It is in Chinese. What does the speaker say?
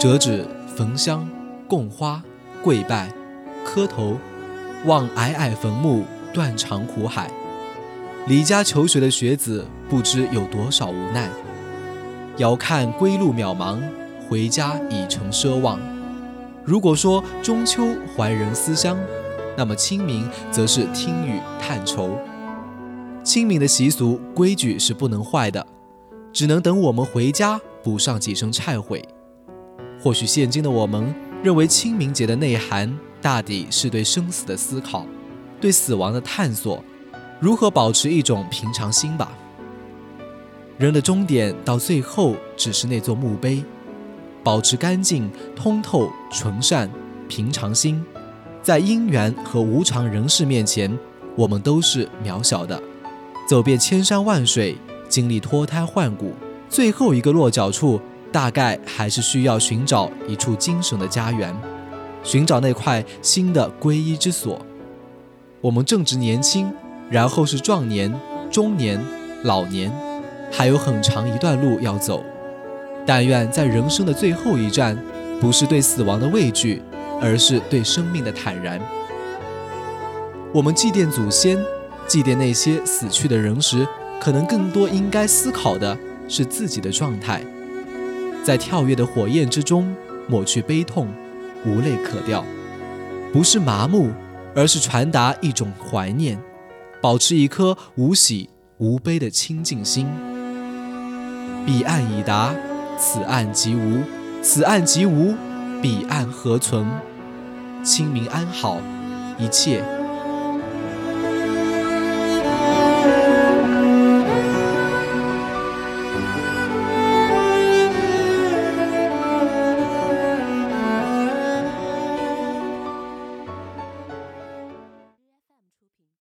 折纸、焚香、供花、跪拜、磕头，望皑皑坟墓，断肠苦海。离家求学的学子不知有多少无奈，遥看归路渺茫，回家已成奢望。如果说中秋怀人思乡，那么清明则是听雨叹愁。清明的习俗规矩是不能坏的，只能等我们回家补上几声忏悔。或许现今的我们认为清明节的内涵大抵是对生死的思考，对死亡的探索，如何保持一种平常心吧。人的终点到最后只是那座墓碑，保持干净、通透、纯善、平常心，在因缘和无常人世面前，我们都是渺小的。走遍千山万水，经历脱胎换骨，最后一个落脚处，大概还是需要寻找一处精神的家园，寻找那块新的皈依之所。我们正值年轻，然后是壮年、中年、老年，还有很长一段路要走。但愿在人生的最后一站，不是对死亡的畏惧，而是对生命的坦然。我们祭奠祖先，祭奠那些死去的人时，可能更多应该思考的是自己的状态。在跳跃的火焰之中，抹去悲痛，无泪可掉。不是麻木，而是传达一种怀念，保持一颗无喜无悲的清净心。彼岸已达，此岸即无，此岸即无，彼岸何存？清明安好，一切